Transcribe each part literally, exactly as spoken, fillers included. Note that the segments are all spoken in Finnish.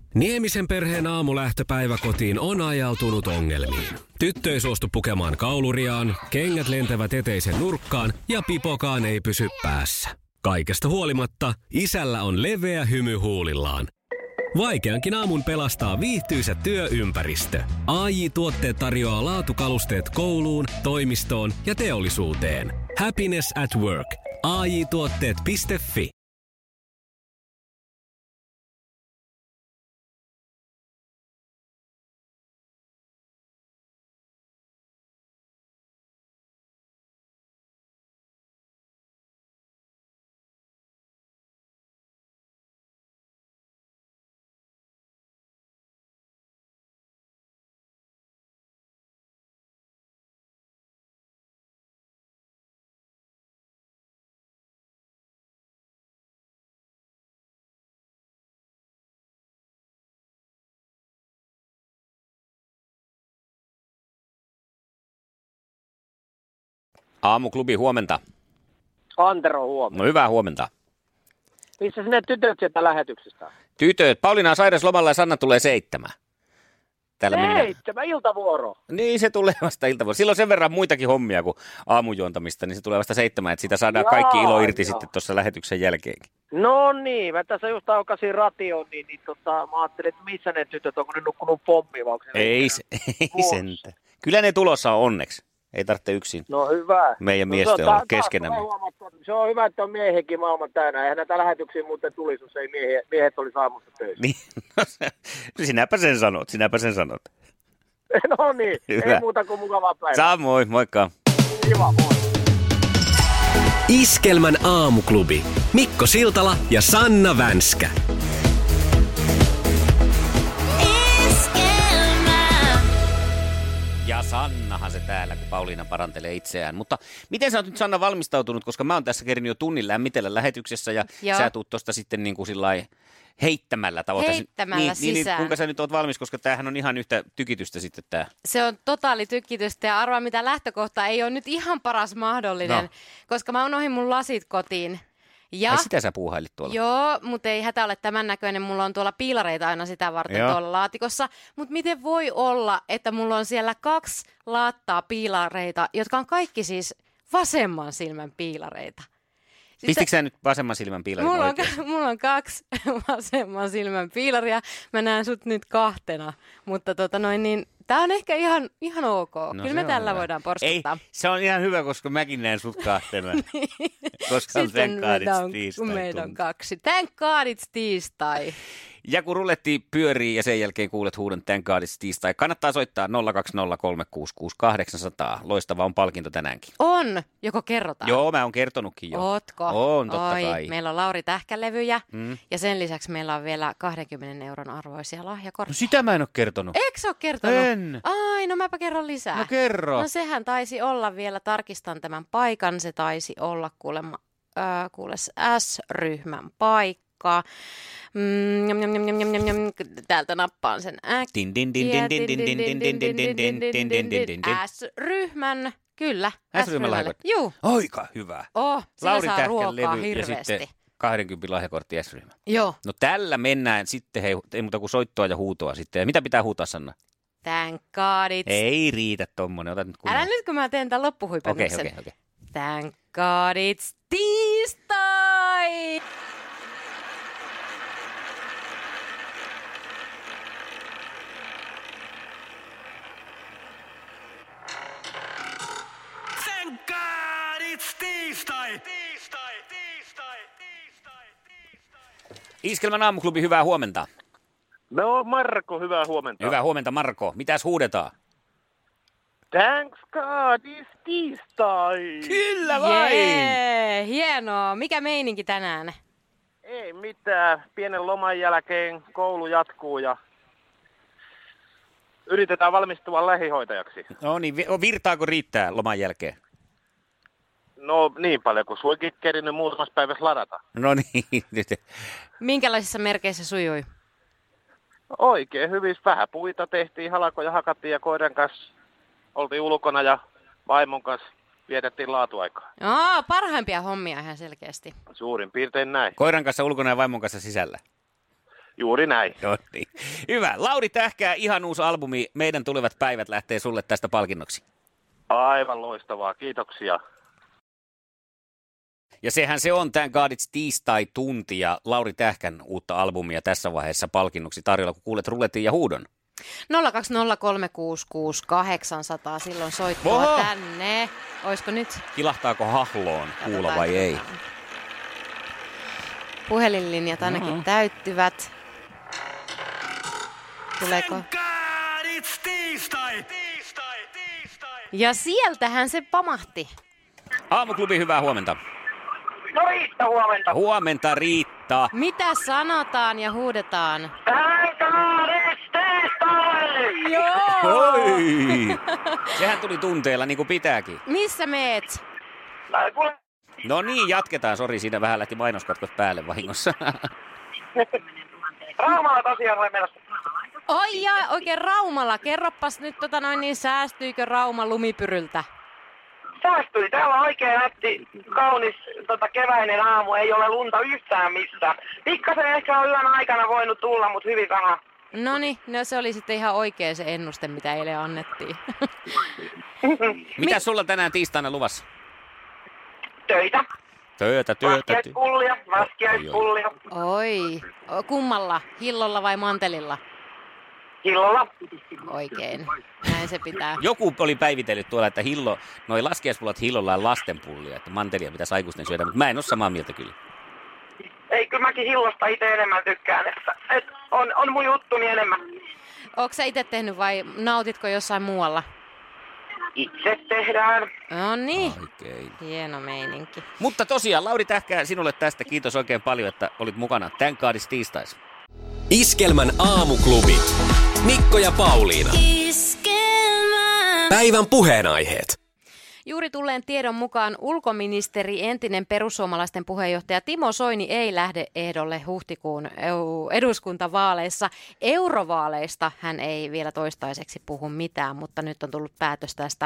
Niemisen perheen aamulähtöpäivä kotiin on ajautunut ongelmiin. Tyttö ei suostu pukemaan kauluriaan, kengät lentävät eteisen nurkkaan ja pipokaan ei pysy päässä. Kaikesta huolimatta, isällä on leveä hymy huulillaan. Vaikeankin aamun pelastaa viihtyisä työympäristö. A J-tuotteet tarjoaa laatukalusteet kouluun, toimistoon ja teollisuuteen. Happiness at work. A J tuotteet piste fi. Aamuklubi, huomenta. Antero, huomenta. No hyvää huomenta. Missä sinne tytöt sieltä lähetyksestä? Tytöt, Pauliina on sairaslomalla ja Sanna tulee seitsemän. Täällä Seitsemän, iltavuoro. Niin, se tulee vasta iltavuoro. Silloin sen verran muitakin hommia kuin aamujuontamista, niin se tulee vasta seitsemän, että sitä saadaan Jaa, kaikki ilo irti joo. sitten tuossa lähetyksen jälkeenkin. No niin, mä tässä just aukasin ration, niin, niin tota, mä ajattelin, että missä ne tytöt, onko ne nukkunut pommiin, vai onko ne Ei, se, ei sentään. Kyllä ne tulossa on onneksi. Ei tarvitse yksin No hyvä. meidän no, miesten on, olla ta- keskenämme. ta- Se on hyvä, että on miehenkin maailman täynnä. Eihän näitä lähetyksiä muuten tulisi, jos ei miehet, miehet olisi aamusta töissä. Niin, no se, sinäpä sen sanot, sinäpä sen sanot. No niin, Hyvä. ei muuta kuin mukavaa päivää. Samoin, moikka. Kiva, moi. Iskelmän aamuklubi. Mikko Siltala ja Sanna Vänskä. Ja Sannahan se täällä, kun Pauliina parantelee itseään. Mutta miten sä oot nyt, Sanna, valmistautunut, koska mä oon tässä kerinyt jo tunnin lämmitellä lähetyksessä ja Joo. sä tuut tosta sitten niin kuin sillai heittämällä tavoittaa. Heittämällä niin, niin, niin, sisään. kuinka sä nyt oot valmis, koska tämähän on ihan yhtä tykitystä sitten tää. Se on totaali tykitystä ja arvaa mitä lähtökohta ei ole nyt ihan paras mahdollinen, No. koska mä unohdin mun lasit kotiin. Ja, Ai sitä sä puuhailit tuolla. joo, mutta ei hätä ole tämän näköinen. Mulla on tuolla piilareita aina sitä varten Joo. tuolla laatikossa. Mutta miten voi olla, että mulla on siellä kaksi laattaa piilareita, jotka on kaikki siis vasemman silmän piilareita. Siis Pistikö sä nyt vasemman silmän piilarin Mulla on, oikein? mulla on kaksi vasemman silmän piilaria. Mä näen sut nyt kahtena, mutta tota noin niin, tää on ehkä ihan, ihan ok. No Kyllä se me on tällä hyvä. voidaan porskuttaa. Ei, se on ihan hyvä, koska mäkin näen sut kahtena. Koska on Sitten thank God meitä it's on, tiistai meitä on tunti. kaksi. Thank God it's tiistai. Ja kun ruletti pyörii ja sen jälkeen kuulet huudon Thank God it's tiistai, kannattaa soittaa nolla kaksi nolla kolme kuusi kuusi kahdeksan nolla nolla. Loistava on palkinto tänäänkin. On, joko kerrotaan? Joo, mä oon kertonutkin jo. Ootko? On, totta Oi, kai. meillä on Lauri Tähkälevyjä Mm. ja sen lisäksi meillä on vielä kaksikymmentä euron arvoisia No lahjakortteja. sitä mä en oo kertonut. Eikö sä oo kertonut? En. Ai, no mäpä kerron lisää. No kerro. No sehän taisi olla vielä, tarkistan tämän paikan, se taisi olla kuulemma, äh, kuule S-ryhmän paikka. Mm, jam, jam, jam, jam, jam, jam. Täältä nappaan sen äkkiä. Din din din din din din din din din din din din din din din din din. S-ryhmän, kyllä. S-ryhmän lahjakortti. Juu, Aika hyvä. oh, sillä Lauri saa Tähkän ruokaa levy ja hirveästi. sitten kaksikymmentä lahjakortti S-ryhmä. Joo, No tällä mennään sitten, hei, ei muuta kuin soittoa ja huutoa sitten. Ja mitä pitää huutaa, Sanna? thank God it's... Ei riitä tommonen, ota nyt Älä kunnolla. nyt, kun mä teen tämän Okei, loppuhuipennuksen. okei, okei. Thank God it's tiistai! Thank God it's tiistai! Tiistai, tiistai, tiistai, tiistai. Iskelmän aamuklubi, hyvää huomenta. No Marko, hyvää huomenta. Hyvää huomenta, Marko. Mitäs huudetaan? Thanks God it's tiistai! Kyllä vain! Jee, hienoa. Mikä meininki tänään? Ei mitään. Pienen loman jälkeen koulu jatkuu ja yritetään valmistua lähihoitajaksi. No niin, vi- virtaako riittää loman jälkeen? No niin paljon kuin suikin kerinyt muutamassa päivässä ladata. No niin, nyt. Minkälaisissa merkeissä sujui? Oikein hyvin. Vähän puita tehtiin, halakoja hakattiin ja koiran kanssa oltiin ulkona ja vaimon kanssa vietettiin laatuaikaa. Aa, parhaimpia hommia ihan selkeästi. Suurin piirtein näin. Koiran kanssa ulkona ja vaimon kanssa sisällä. Juuri näin. No niin. Hyvä. Lauri Tähkää, ihan uusi albumi. Meidän tulevat päivät lähtee sulle tästä palkinnoksi. Aivan loistavaa, kiitoksia. Ja sehän se on tämän Kaadits tiistai-tunti ja Lauri Tähkän uutta albumia tässä vaiheessa palkinnoksi tarjolla, kun kuulet ruletin ja huudon. nolla kaksi nolla kolme kuusi kuusi kahdeksan nolla nolla, silloin soittoa Oho! tänne. Oisko nyt? Kilahtaako hahloon kuulo vai ei? Puhelinlinjat ainakin Mm-hmm. täyttyvät. Tuleeko? Kaadits tiistai! Tiistai! Tiistai! Ja sieltähän se pamahti. Aamuklubi, hyvää huomenta. No Riitta, huomenta. Huomenta, Riitta. Mitä sanotaan ja huudetaan? Kaadits tiistai! Joo! Oi! Sehän tuli tunteella niin kuin pitääkin. Missä meet? No, kuule, No niin, jatketaan. Sori, siinä vähän lähti mainoskatkos päälle vahingossa. Raumalla tosiaan olen menossa. Oi ja oikein Raumalla. Kerroppas nyt, tota noin, niin säästyykö Rauma lumipyryltä? Säästyi. Täällä on oikein nätti, kaunis tota, keväinen aamu. Ei ole lunta yhtään missään. Pikkasen ehkä on yön aikana voinut tulla, mutta hyvin vähän. Noniin, no se oli sitten ihan oikea se ennuste, mitä eilen annettiin. Mitä sulla tänään tiistaina luvassa? Töitä. Työtä, työtä, työtä. Vaskiaispullia, vaskiaispullia. Oi, o, kummalla? Hillolla vai mantelilla? Hillolla. Oikein, näin se pitää. Joku oli päivitellyt tuolla, että hillo, noi laskiaispullat hillolla on lastenpullia, että mantelia pitäisi aikuisten syödä, mutta mä en ole samaa mieltä kyllä. Ei, kyllä mäkin hillosta itse enemmän tykkään. Että, et on, on mun juttuni enemmän. Ootko sä itse tehnyt vai nautitko jossain muualla? Itse tehdään. No niin, Oikein. hieno meininki. Mutta tosiaan, Lauri Tähkää, sinulle tästä kiitos oikein paljon, että olit mukana Tän Kaadis tiistais. Iskelmän aamuklubi. Mikko ja Pauliina. Päivän puheenaiheet. Juuri tulleen tiedon mukaan ulkoministeri, entinen perussuomalaisten puheenjohtaja Timo Soini ei lähde ehdolle huhtikuun eduskuntavaaleissa. Eurovaaleista hän ei vielä toistaiseksi puhu mitään, mutta nyt on tullut päätös tästä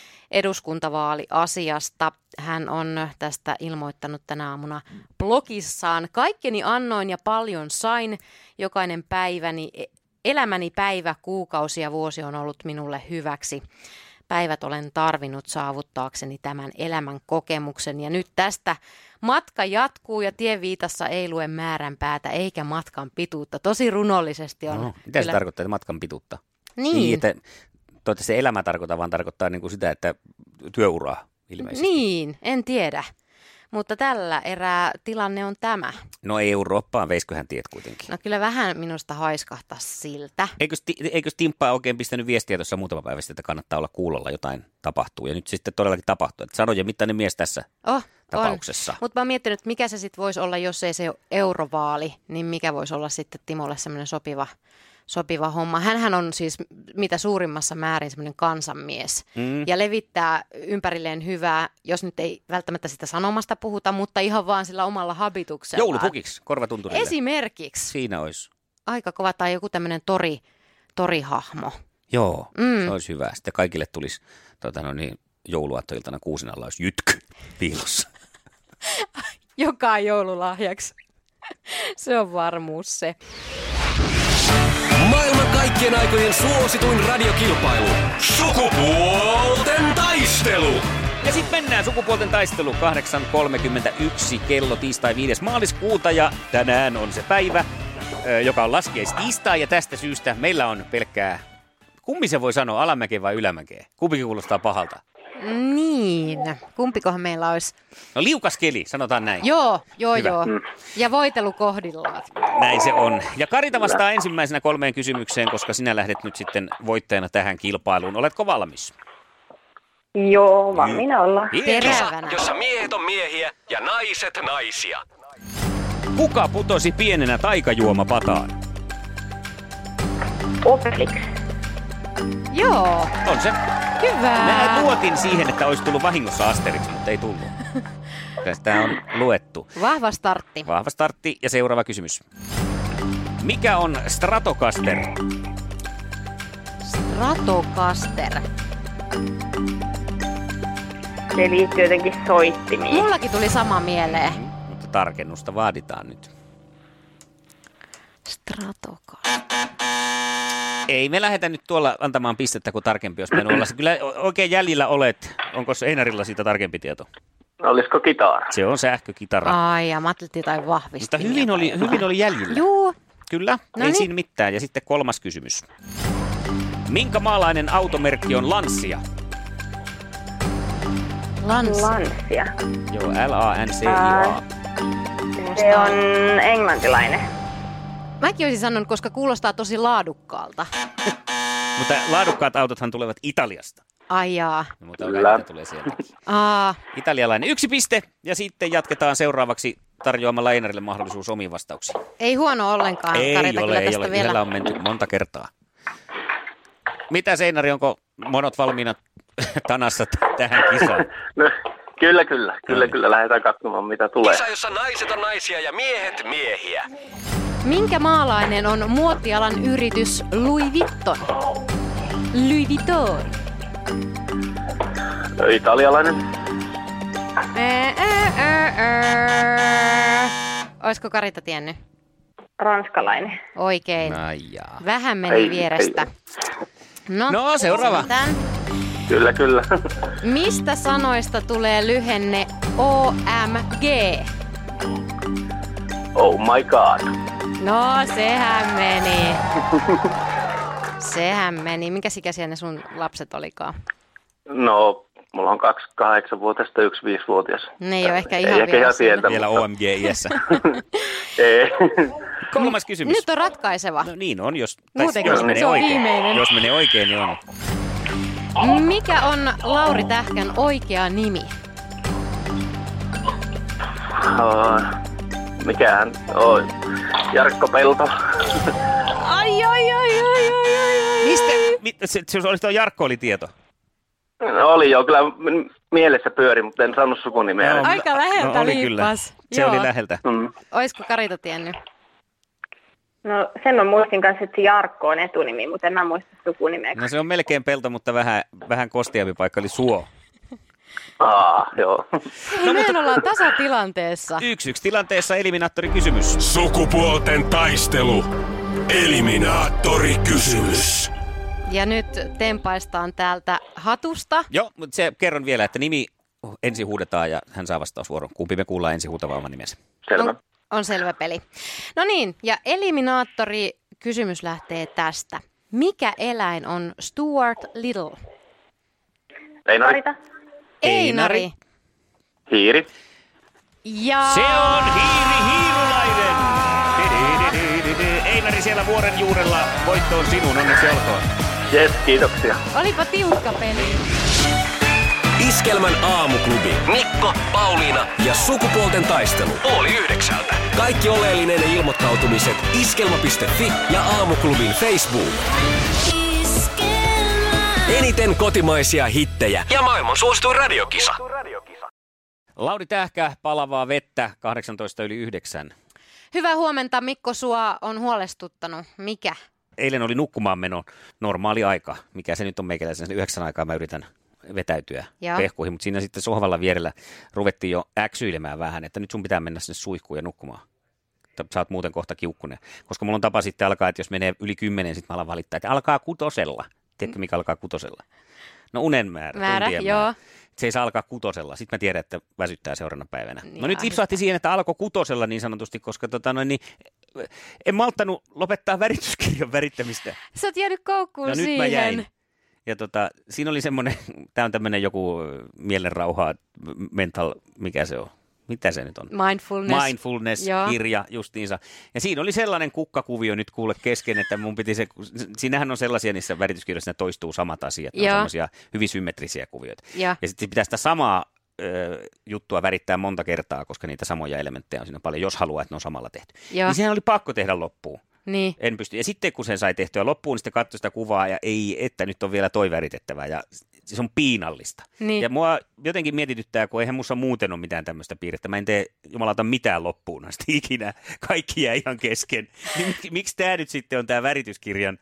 eduskuntavaaliasiasta. Hän on tästä ilmoittanut tänä aamuna blogissaan. Kaikkeni annoin ja paljon sain. Jokainen päiväni, elämäni päivä, kuukausi ja vuosi on ollut minulle hyväksi. Päivät olen tarvinnut saavuttaakseni tämän elämän kokemuksen ja nyt tästä matka jatkuu ja tieviitassa ei lue määränpäätä eikä matkan pituutta. Tosi runollisesti on. No, mitä kyllä. se tarkoittaa, että matkan pituutta? Niin. Niin, että toivottavasti se elämä tarkoittaa, vaan tarkoittaa niin kuin sitä, että työuraa ilmeisesti. Niin, en tiedä. Mutta tällä erää tilanne on tämä. No Eurooppaan veisköhän tiet kuitenkin. No kyllä vähän minusta haiskahtaa siltä. Eikös, eikös Timppaa oikein pistänyt viestiä tuossa muutama päivä sitten, että kannattaa olla kuulolla, jotain tapahtuu. Ja nyt sitten todellakin tapahtuu. Että sanojen mittainen mies tässä Oh, tapauksessa. Mutta mä oon miettinyt, mikä se sitten voisi olla, jos ei se ole eurovaali, niin mikä voisi olla sitten Timolle semmoinen sopiva, sopiva homma. Hänhän on siis mitä suurimmassa määrin semmoinen kansanmies Mm. ja levittää ympärilleen hyvää, jos nyt ei välttämättä sitä sanomasta puhuta, mutta ihan vaan sillä omalla habituksellaan. Joulupukiksi, korvatunturille. Esimerkiksi. Siinä olisi. Aika kova tai joku tämmöinen tori, torihahmo. Joo, Mm. se olisi hyvä. Sitten kaikille tulisi tota, no niin, jouluaattoiltana kuusin alla olisi jytky piilossa. Joka joululahjaksi. Se on varmuus se. Maailman kaikkien aikojen suosituin radiokilpailu. Sukupuolten taistelu. Ja sitten mennään sukupuolten taistelu kahdeksan kolmekymmentäyksi kello tiistai viides maaliskuuta ja tänään on se päivä, ö, joka on laskiaistiistai ja tästä syystä meillä on pelkkää, kumpi se voi sanoa, alamäkeä vai ylämäkeä? Kumpikin kuulostaa pahalta. Niin, kumpikohan meillä olisi? No liukas keli, sanotaan näin. Joo, joo, Hyvä. joo. Ja voitelu kohdillaan. Näin se on. Ja Karita vastaa ensimmäisenä kolmeen kysymykseen, koska sinä lähdet nyt sitten voittajana tähän kilpailuun. Oletko valmis? Joo, valmiina ollaan. Terävänä. Jossa miehet on miehiä ja naiset naisia. Kuka putosi pienenä taikajuomapataan? Obelix. Joo, On se. hyvä. Mä luotin siihen, että olisi tullut vahingossa Asterix, mutta ei tullut. Tästä on luettu. Vahva startti. Vahva startti ja seuraava kysymys. Mikä on Stratocaster? Stratocaster. Se liittyy jotenkin soittimiin. Mullakin tuli sama mieleen. Mutta tarkennusta vaaditaan nyt. Stratocaster. Ei me lähdetä nyt tuolla antamaan pistettä, kun tarkempi olisi mennyt olla. Kyllä oikein jäljellä olet. Onko Einarilla siitä tarkempi tieto? Olisiko kitara? Se on sähkökitara. Ai ja mä ajattelin tai vahvistin. Mutta hyvin oli, hyvin oli jäljellä. Juu. Kyllä, No ei niin. siinä mitään. Ja sitten kolmas kysymys. Minkä maalainen automerkki on Lancia? Lans. Lancia. Joo, L A N C I A. Se on englantilainen. Mäkin olisin sanonut, koska kuulostaa tosi laadukkaalta. Mutta laadukkaat autothan tulevat Italiasta. Ai jaa. No, mutta Kyllä. tulee sieltä. Aa, Italialainen yksi piste ja sitten jatketaan seuraavaksi tarjoamalla Einarille mahdollisuus omiin vastauksiin. ei huono ollenkaan. Ei Karita, ole, kyllä ei tästä ole. vielä. Yhdellä on menty monta kertaa. Mitä Einari, onko monot valmiina tanassa t- tähän kisaan? No, kyllä, kyllä. Kyllä, kyllä. Lähdetään katsomaan, mitä tulee. Kisa, jossa naiset on naisia ja miehet miehiä. Minkä maalainen on muotialan yritys Louis Vuitton? Louis Vuitton. Italialainen. Ää, ää, ää, ää. Olisiko Karita tiennyt? Ranskalainen. Oikein. Ai jaa. Vähän meni Ei, vierestä. No, No, seuraava. mitään. Kyllä, kyllä. Mistä sanoista tulee lyhenne O M G? Oh my god. No, sehän meni. Sehän meni. Minkäs ikäisiä ne sun lapset olikaan? No, mulla on kaksi kahdeksanvuotias ja yksi viisivuotias. Ne ei ole ehkä ihan Ei ehkä vielä ihan siinä. sieltä. Vielä O M G-iässä. Ei. Kolmas kysymys. Nyt on ratkaiseva. No niin on, jos, tai Muutenkin jos se menee on oikein. viimeinen. Jos menee oikein, niin on. Mikä on Lauri Tähkän oikea nimi? Oh, mikähän? Oh, Jarkko Pelto. Ai, ai, ai, ai, ai, ai. Mistä? Mit, se, se olisi tuo Jarkko oli tieto. No, oli jo, kyllä m- mielessä pyöri, mutta en saanut sukunimeä. Joo. Aika läheltä oli kyllä. liippas. Se Joo. oli läheltä. Mm. Oisko Karita tiennyt? No sen mä muistin kanssa, että se Jarkko on etunimi, mutta en mä muista sukunimeä. No se on melkein Pelto, mutta vähän, vähän kostiampi paikka, eli Suo. Aa, joo. Hei, no, mehän ollaan tasatilanteessa. Yksi yksi tilanteessa eliminaattorikysymys. Sukupuolten taistelu. Eliminaattorikysymys. Ja nyt tempaistaan täältä hatusta. Joo, mutta se kerron vielä, että nimi ensin huudetaan ja hän saa vastausvuoron. Kumpi me kuullaan ensin huutavaa oman nimensä. Selvä. On, on selvä peli. No niin, ja eliminaattori kysymys lähtee tästä. Mikä eläin on Stuart Little? Einari. Karita. Einari. Einari. Hiiri. Ja... Se on hiiri hiirulainen! Einari siellä vuoren juurella. Voitto on sinun, onneksi olkoon. Jes, kiitoksia. Olipa tiukka peli. Iskelmän aamuklubi. Mikko, Pauliina ja sukupuolten taistelu. Oli yhdeksältä. Kaikki oleellinen ilmoittautumiset iskelma piste fi ja aamuklubin Facebook. Eniten kotimaisia hittejä Ja maailman suosituin radiokisa. Lauri Tähkä, palavaa vettä, kahdeksantoista yli yhdeksän. Hyvää huomenta, Mikko, sua on huolestuttanut. Mikä? Eilen oli nukkumaan meno normaali aika. Mikä se nyt on meikäläisen? Yhdeksän aikaa mä yritän vetäytyä Joo. pehkuihin, mutta siinä sitten sohvalla vierellä ruvettiin jo äksyilemään vähän, että nyt sun pitää mennä sinne suihkuun ja nukkumaan. Sä oot muuten kohta kiukkunen. Koska mulla on tapa sitten alkaa, että jos menee yli kymmenen, sitten mä alan valittaa, että alkaa kutosella. Tiedätkö, mikä alkaa kutosella? No unen määrä, Määrä, tuntien joo. määrä. Se ei saa alkaa kutosella. Sitten mä tiedän, että väsyttää seuraavana päivänä. Niin No nyt lipsahti siihen, että alkoi kutosella niin sanotusti, koska tota noin, niin, en malttanut lopettaa värityskirjan värittämistä. Sä oot jäänyt koukkuun No siihen. nyt mä jäin. Ja tota, siinä oli semmoinen, tää on tämmöinen joku mielenrauha, mental, mikä se on? Mitä se nyt on? Mindfulness. Mindfulness-kirja justiinsa. Ja siinä oli sellainen kukkakuvio nyt kuule kesken, että mun piti se, siinähän on sellaisia niissä värityskirjoissa, ne toistuu samat asiat, ne on Joo. semmoisia hyvin symmetrisiä kuvioita. Ja. Ja sitten pitää sitä samaa ö, juttua värittää monta kertaa, koska niitä samoja elementtejä on siinä paljon, jos haluaa, että ne on samalla tehty. Joo. Niin sehän oli pakko tehdä loppuun. Niin. En pysty. Ja sitten kun sen sai tehtyä loppuun, niin sitten katsoi sitä kuvaa ja ei, että nyt on vielä toi väritettävää ja se on piinallista. Niin. Ja mua jotenkin mietityttää, kun eihän musta muuten ole mitään tämmöistä piirrettä. Mä en tee jumalauta mitään loppuun asti ikinä. Kaikki jää ihan kesken. Niin mik, miksi tämä nyt sitten on tämä värityskirjan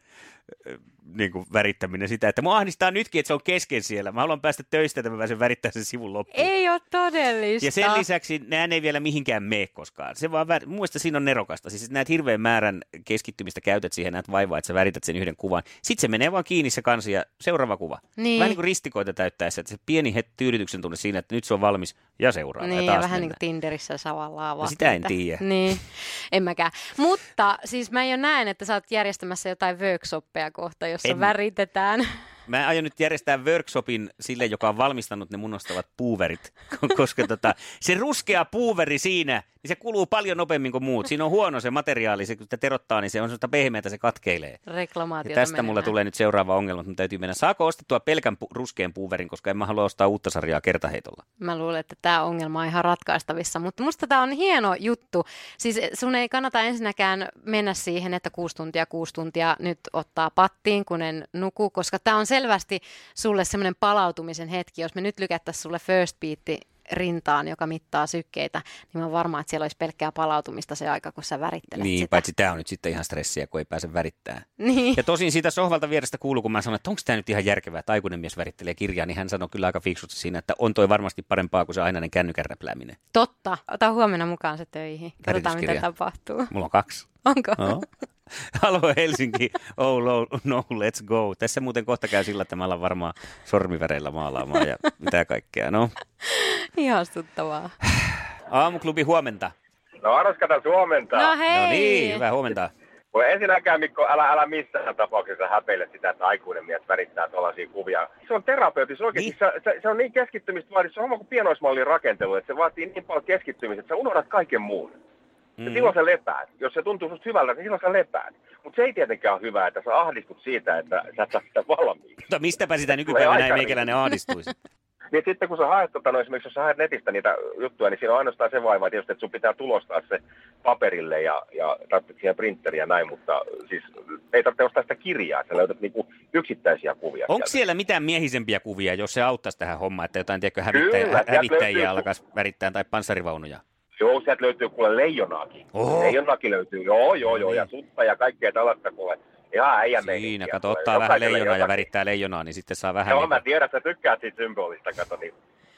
niin kuin värittäminen sitä, että mua ahdistaa nytkin, että se on kesken siellä. Mä haluan päästä töistä, että mä pääsen värittämään sen sivun loppuun. Ei ole todellista. Ja sen lisäksi nämä ei vielä mihinkään mene koskaan. Se vaan vär... Mun mielestä siinä on nerokasta. Siis näet hirveän määrän keskittymistä käytät siihen, näet vaivaa, että sä värität sen yhden kuvan. Sitten se menee vaan kiinni se kansi ja seuraava kuva. Niin. Vähän niin kuin ristikoita täyttäessä, että se pieni het tyydytyksen tunne siinä, että nyt se on valmis ja seuraava. Niin, ja, ja vähän mennään. niin kuin Tinderissä savallaan no, sitä en tiedä. Niin, en mäkään. Mutta siis mä jo näen, että sä oot järjestämässä jotain workshoppeja kohta, jossa en... väritetään. Mä aion nyt järjestää workshopin sille, joka on valmistanut ne munostavat puuverit, koska tota, se ruskea puuveri siinä, niin se kuluu paljon nopeammin kuin muut. Siinä on huono se materiaali, se, kun sitä terottaa, niin se on sellaista pehmeätä, se katkeilee. Reklamaatiota ja tästä menemään. Mulla tulee nyt seuraava ongelma, mutta täytyy mennä. Saako ostettua pelkän pu- ruskean puuverin, koska en mä halua ostaa uutta sarjaa kertaheitolla? Mä luulen, että tämä ongelma on ihan ratkaistavissa, mutta musta tämä on hieno juttu. Siis sun ei kannata ensinnäkään mennä siihen, että kuusi tuntia, kuusi tuntia nyt ottaa pattiin, kun en nuku, koska tämä on selvästi sulle semmoinen palautumisen hetki. Jos me nyt lykättäisiin sulle first beatti rintaan, joka mittaa sykkeitä, niin mä oon varma, että siellä olisi pelkkää palautumista se aika, kun sä värittelet niin, sitä. Paitsi tämä on nyt sitten ihan stressiä, kun ei pääse värittämään. Niin. Ja tosin siitä sohvalta vierestä kuuluu, kun mä sanon, että onko tämä nyt ihan järkevää, että aikuinen mies värittelee kirjaa, niin hän sanoi kyllä aika fiksusti siinä, että on toi varmasti parempaa kuin se ainainen kännykän räplääminen. Totta. Ota huomenna mukaan se töihin. Katsotaan, mitä tapahtuu. Mulla on kaksi. Onko? No. Halo Helsinki, oh no, no, let's go. Tässä muuten kohta käy sillä, että mä alan varmaan sormiväreillä maalaamaan ja mitä kaikkea. No. Ihastuttavaa. Aamuklubi, huomenta. No Arskata, huomenta. No hei. No niin, hyvää huomenta. Voi ensinnäkään, Mikko, älä, älä missään tapauksessa häpeile sitä, että aikuinen mies värittää tuollaisia kuvia. Se on terapeutis oikeasti. Niin. Se, se, se on niin keskittymistä vaatii. Se on sama kuin pienoismallin rakentelu, että se vaatii niin paljon keskittymistä, että sä unohdat kaiken muun. Ja mm. silloin sä lepäät. Jos se tuntuu susta hyvältä, niin silloin sä lepäät. Mutta se ei tietenkään ole hyvä, että sä ahdistut siitä, että sä et saa sitä valmiiksi. Mutta mistäpä sitä nykypäivänä näin meikäläinen ahdistuisi? Niin sitten kun sä haet, tota, no, esimerkiksi jos sä haet netistä niitä juttuja, niin siinä on ainoastaan se vaiva, että sun pitää tulostaa se paperille ja, ja tarvitset siihen printeriä ja näin, mutta siis ei tarvitse ostaa sitä kirjaa, että sä löydät niinku yksittäisiä kuvia. Onko sieltä. siellä mitään miehisempiä kuvia, jos se auttaisi tähän hommaan, että jotain tiedätkö, hävittäjä, Kyllä, hävittäjiä alkaisi värittää tai panssarivaunuja? Joo, sieltä löytyy kuule leijonaakin. Oho. Leijonaakin löytyy, joo, joo, joo, ja sutta ja kaikkea tällaista kuule. Ihan äijän meininkiä. Siinä, kato, ottaa vähän leijonaa jotakin. Ja värittää leijonaa, niin sitten saa vähän... Joo, niin... mä tiedän, että sä tykkäät siitä symbolista, kato, niin...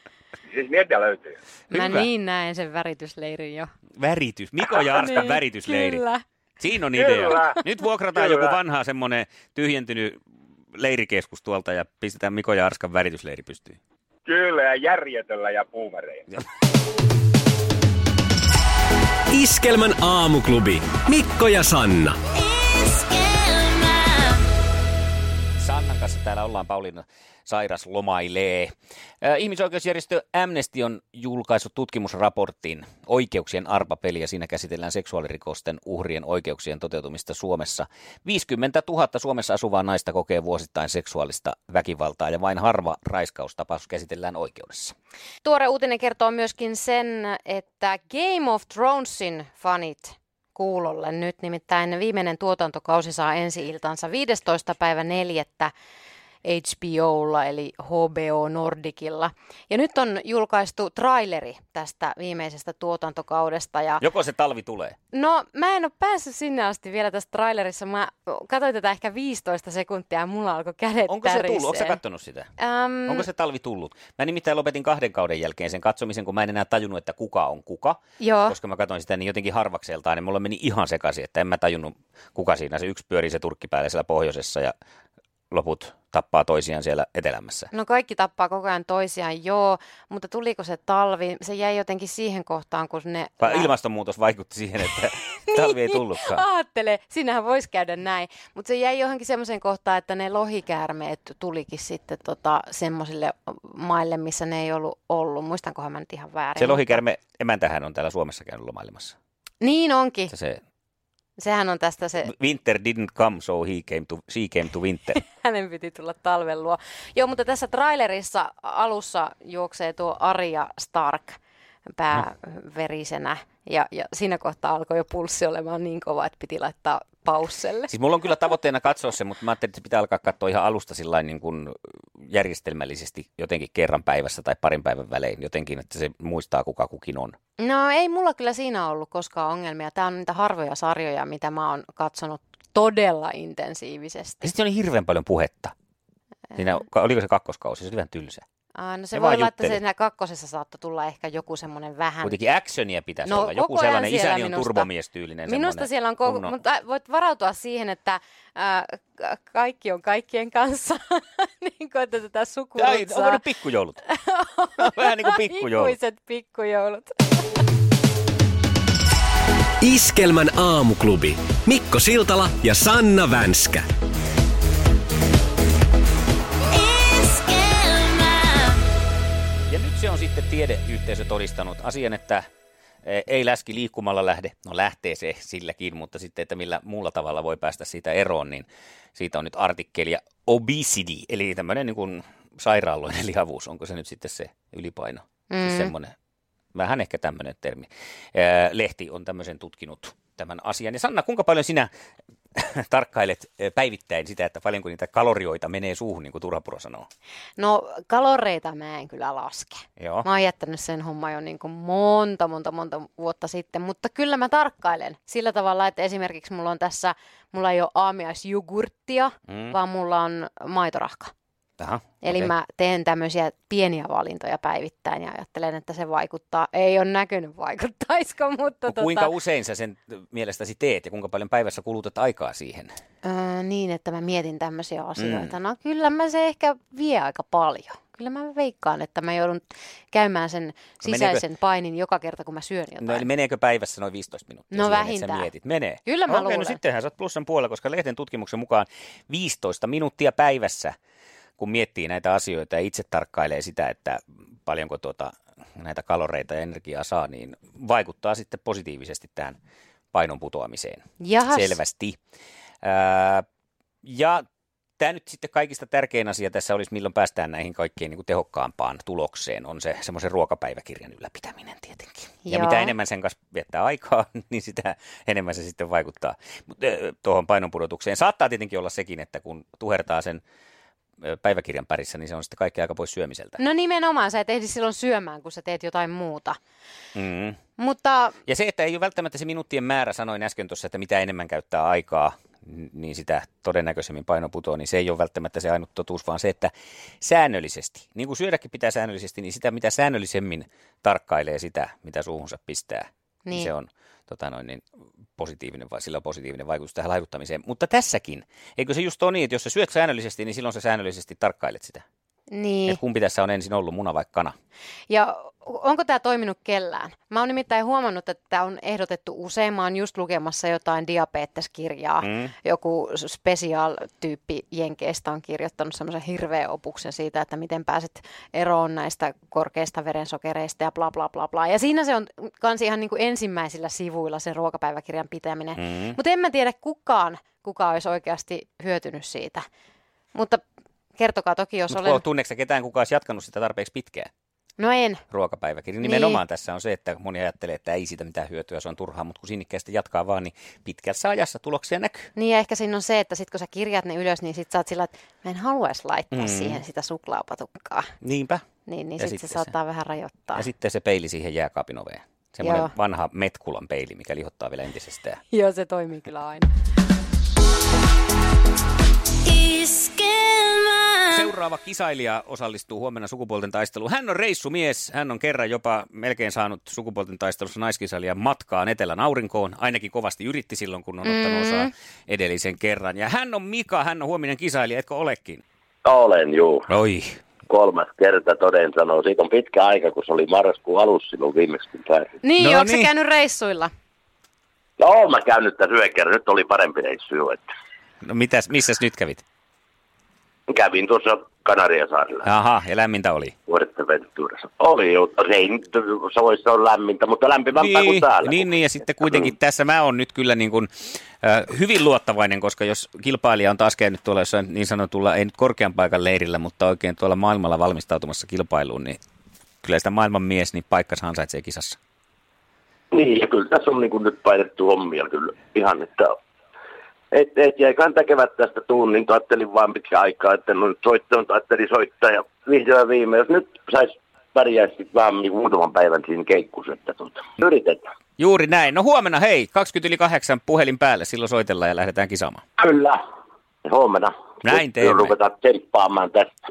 Siis niitä löytyy. Mä Hyvä. niin näen sen väritysleirin jo. Väritys. Miko ja Arskan niin, väritysleiri. Kyllä. Siinä on Kyllä. idea. Nyt vuokrataan Kyllä. joku vanha semmoinen tyhjentynyt leirikeskus tuolta ja pistetään Miko ja Arskan väritysleiri pystyyn. Kyllä, ja järjetöllä ja puuvereja. Iskelmän aamuklubi. Mikko ja Sanna. Sannan kanssa täällä ollaan, Pauliina sairas lomailee. Äh, ihmisoikeusjärjestö Amnesty on julkaissut tutkimusraportin Oikeuksien arpapeli, ja siinä käsitellään seksuaalirikosten uhrien oikeuksien toteutumista Suomessa. viisikymmentätuhatta Suomessa asuvaa naista kokee vuosittain seksuaalista väkivaltaa, ja vain harva raiskaustapaus käsitellään oikeudessa. Tuore uutinen kertoo myöskin sen, että Game of Thronesin fanit kuulolle nyt, nimittäin viimeinen tuotantokausi saa ensi-iltansa viidestoista päivä neljättä H B O:lla eli H B O Nordicilla. Ja nyt on julkaistu traileri tästä viimeisestä tuotantokaudesta. Ja Joko se talvi tulee? no mä en ole päässyt sinne asti vielä tässä trailerissa. Mä katsoin tätä ehkä viisitoista sekuntia ja mulla alkoi kädet Onko se tärisee. tullut? Onko sä katsonut sitä? Äm... Onko se talvi tullut? Mä nimittäin lopetin kahden kauden jälkeen sen katsomisen, kun mä en enää tajunnut, että kuka on kuka. Joo. Koska mä katsoin sitä niin jotenkin harvakseltaan, niin mulla meni ihan sekaisin, että en mä tajunnut kuka siinä. Se yksi pyörii se turkki päälle siellä pohjoisessa ja loput tappaa toisiaan siellä etelämässä. No kaikki tappaa koko ajan toisiaan, joo, mutta tuliko se talvi? Se jäi jotenkin siihen kohtaan, kun ne... Vai ilmastonmuutos vaikutti siihen, että talvi ei tullutkaan. Aattele, siinähän voisi käydä näin. Mutta se jäi johonkin semmoisen kohtaan, että ne lohikäärmeet tulikin sitten tota, semmoisille maille, missä ne ei ollut ollut. Muistankohan mä nyt ihan väärin. Se lohikäärme emäntähän on täällä Suomessa käynyt lomailemassa. Niin onkin. Se Sehän on tästä se... Winter didn't come, so he came to, she came to winter. Hänen piti tulla talven luo. Joo, mutta tässä trailerissa alussa juoksee tuo Arya Stark pääverisenä. Ja, ja siinä kohtaa alkoi jo pulssi olemaan niin kova, että piti laittaa pausselle. Siis mulla on kyllä tavoitteena katsoa se, mutta mä ajattelin, että se pitää alkaa katsoa ihan alusta sillain niin kuin järjestelmällisesti jotenkin kerran päivässä tai parin päivän välein jotenkin, että se muistaa kuka kukin on. No ei mulla kyllä siinä ollut koskaan ongelmia. Tämä on niitä harvoja sarjoja, mitä mä oon katsonut todella intensiivisesti. Sitten oli hirveän paljon puhetta. Siinä, oliko se kakkoskausi? Se oli vähän tylsä. Aa, no se Ne voi vaan olla, että jutteli. siinä kakkosessa saattoi tulla ehkä joku semmoinen vähän... Kuitenkin actionia pitäisi No, olla. Joku koko ajan sellainen, siellä isäni on minusta. turbomies-tyylinen. Minusta semmoinen siellä on, koko, kunnon- mutta voit varautua siihen, että ää, k- kaikki on kaikkien kanssa, niin kuin että tätä Ai, sukurutsaa. onko nyt pikkujoulut? Vähän niin kuin pikkujoulut. Ikuiset pikkujoulut. Iskelmän aamuklubi. Mikko Siltala ja Sanna Vänskä. Ja nyt se on sitten tiedeyhteisö todistanut asian, että ei läski liikkumalla lähde. No lähtee se silläkin, mutta sitten, että millä muulla tavalla voi päästä siitä eroon, niin siitä on nyt artikkelia obesity, eli tämmöinen niin kuin sairaaloinen lihavuus. Onko se nyt sitten se ylipaino? Mm. Siis semmoinen, vähän ehkä tämmöinen termi. Lehti on tämmöisen tutkinut tämän asian. Ja Sanna, kuinka paljon sinä tarkkailet päivittäin sitä, että paljonko niitä kalorioita menee suuhun, niin kuin Turhapuro sanoo? No kaloreita mä en kyllä laske. Joo. Mä oon jättänyt sen homman jo niin kuin monta, monta, monta vuotta sitten, mutta kyllä mä tarkkailen sillä tavalla, että esimerkiksi mulla on tässä, mulla ei ole aamiaisjogurttia, mm. vaan mulla on maitorahka. Aha, Eli okay. mä teen tämmöisiä pieniä valintoja päivittäin ja ajattelen, että se vaikuttaa. Ei ole näkynyt vaikuttaisiko, mutta... No, tota... Kuinka usein sä sen mielestäsi teet ja kuinka paljon päivässä kulutat aikaa siihen? Öö, niin, että mä mietin tämmöisiä asioita. Mm. No kyllä mä se ehkä vie aika paljon. Kyllä mä veikkaan, että mä joudun käymään sen sisäisen meneekö... painin joka kerta, kun mä syön jotain. No eli meneekö päivässä noin viisitoista minuuttia? No siihen, vähintään. Että sä mietit? Menee. Kyllä mä Okei, luulen. No sittenhän sä oot plussan puolella, koska lehden tutkimuksen mukaan viisitoista minuuttia päivässä, kun miettii näitä asioita ja itse tarkkailee sitä, että paljonko tuota, näitä kaloreita ja energiaa saa, niin vaikuttaa sitten positiivisesti tähän painon putoamiseen. Jahas. Selvästi. Ää, ja tämä nyt sitten kaikista tärkein asia tässä olisi, milloin päästään näihin kaikkein niin kuin tehokkaampaan tulokseen, on se semmoisen ruokapäiväkirjan ylläpitäminen tietenkin. Ja Joo. mitä enemmän sen kanssa viettää aikaa, niin sitä enemmän se sitten vaikuttaa tuohon painonpudotukseen. Saattaa tietenkin olla sekin, että kun tuhertaa sen päiväkirjan pärissä, niin se on sitten kaikki aika pois syömiseltä. No nimenomaan, sä et ehdi silloin syömään, kun sä teet jotain muuta. Mm. Mutta... Ja se, että ei ole välttämättä se minuuttien määrä, sanoin äsken tuossa, että mitä enemmän käyttää aikaa, niin sitä todennäköisemmin paino putoo, niin se ei ole välttämättä se ainut totuus, vaan se, että säännöllisesti, niin kuin syödäkin pitää säännöllisesti, niin sitä mitä säännöllisemmin tarkkailee sitä, mitä suuhunsa pistää, niin, niin se on tota noin, niin positiivinen, vai sillä on positiivinen vaikutus tähän laihuttamiseen. Mutta tässäkin, eikö se just ole niin, että jos sä syöt säännöllisesti, niin silloin sä säännöllisesti tarkkailet sitä? Niin. Että kumpi tässä on ensin ollut, muna vai kana? Ja onko tämä toiminut kellään? Mä oon nimittäin huomannut, että tämä on ehdotettu usein. Mä oon just lukemassa jotain diabeteskirjaa. Mm. Joku special-tyyppi Jenkeistä on kirjoittanut semmoisen hirveän opuksen siitä, että miten pääset eroon näistä korkeista verensokereista ja bla bla bla bla. Ja siinä se on kans ihan niin kuin ensimmäisillä sivuilla sen ruokapäiväkirjan pitäminen. Mm. Mutta en mä tiedä kukaan, kuka olisi oikeasti hyötynyt siitä. Mutta kertokaa toki, jos Mut olen... Tunneeko ketään, kuka olisi jatkanut sitä tarpeeksi pitkään? No en. Ruokapäiväkirja. Nimenomaan niin. Tässä on se, että moni ajattelee, että ei siitä mitään hyötyä, se on turhaa, mutta kun sinnikkäästi jatkaa vaan, niin pitkässä ajassa tuloksia näkyy. Niin ja ehkä siinä on se, että sit kun sä kirjaat ne ylös, niin sit sä oot sillä, että mä en haluaisi laittaa mm. siihen sitä suklaapatukkaa. Niinpä. Niin, niin sit se saattaa se. vähän rajoittaa. Ja sitten se peili siihen jääkaapin oveen. Semmoinen Joo. vanha Metkulan peili, mikä lihottaa vielä entisestään. Joo, se toimii kyllä aina. Seuraava kisailija osallistuu huomenna sukupuolten taisteluun. Hän on reissumies. Hän on kerran jopa melkein saanut sukupuolten taistelussa naiskisailijan matkaan Etelän aurinkoon. Ainakin kovasti yritti silloin, kun on ottanut mm. osaa edellisen kerran. Ja hän on Mika, hän on huominen kisailija. Etkö olekin? Olen, juu. Oi. Kolmas kerta toden sanoo. Siitä on pitkä aika, kun se oli marraskuun alussa silloin viimeksi kun pääsin. Niin, no onko niin. se käynyt reissuilla? No, olen mä käynyt tässä yhden kerran. Nyt oli parempi reissu jo. Että... No mitäs, missäs nyt kävit? Kävin tuossa Kanariasaarilla. Aha, ja lämmintä oli? Fuerteventurassa. Oli jo, se ei nyt se voisi olla lämmintä, mutta lämpimämpää niin, kuin täällä. Niin, niin, ja sitten kuitenkin mm. tässä mä oon nyt kyllä niin kuin, äh, hyvin luottavainen, koska jos kilpailija on taas käynyt tuolla jossain niin sanotulla, ei nyt korkean paikan leirillä, mutta oikein tuolla maailmalla valmistautumassa kilpailuun, niin kyllä sitä maailman mies, niin paikkansa ansaitsee kisassa. Niin, ja kyllä tässä on niin kuin nyt painettu hommia kyllä ihan, että... Et, et jäi kanta kevät tästä tunnin, ajattelin vaan pitkä aikaa, että no nyt soittoon ajattelin soittaa ja vihdoin viime, jos nyt saisi pärjäisi sitten vähän niin muutaman päivän siinä keikkussa, että tuota, yritetään. Juuri näin. No huomenna, hei, kaksikymmentä yli kahdeksan puhelin päälle, silloin soitellaan ja lähdetään kisaamaan. Kyllä, huomenna. Näin teemme. Ruvetaan tsemppaamaan tästä.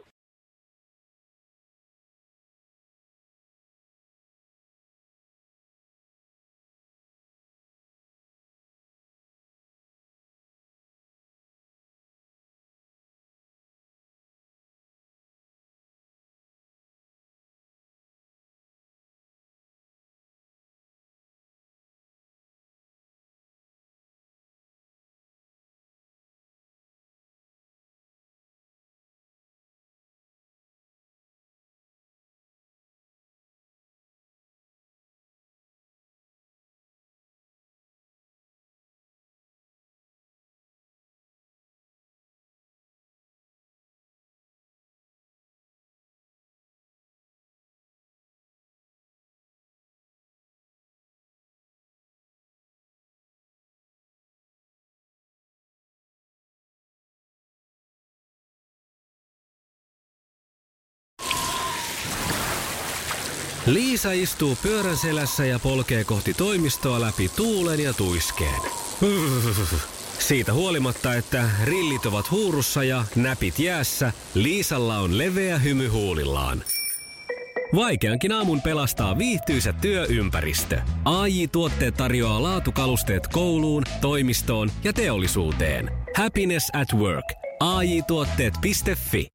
Liisa istuu pyörän selässä ja polkee kohti toimistoa läpi tuulen ja tuiskeen. Siitä huolimatta, että rillit ovat huurussa ja näpit jäässä, Liisalla on leveä hymy huulillaan. Vaikeankin aamun pelastaa viihtyisä työympäristö. A J-tuotteet tarjoaa laatukalusteet kouluun, toimistoon ja teollisuuteen. Happiness at work. A J tuotteet piste fi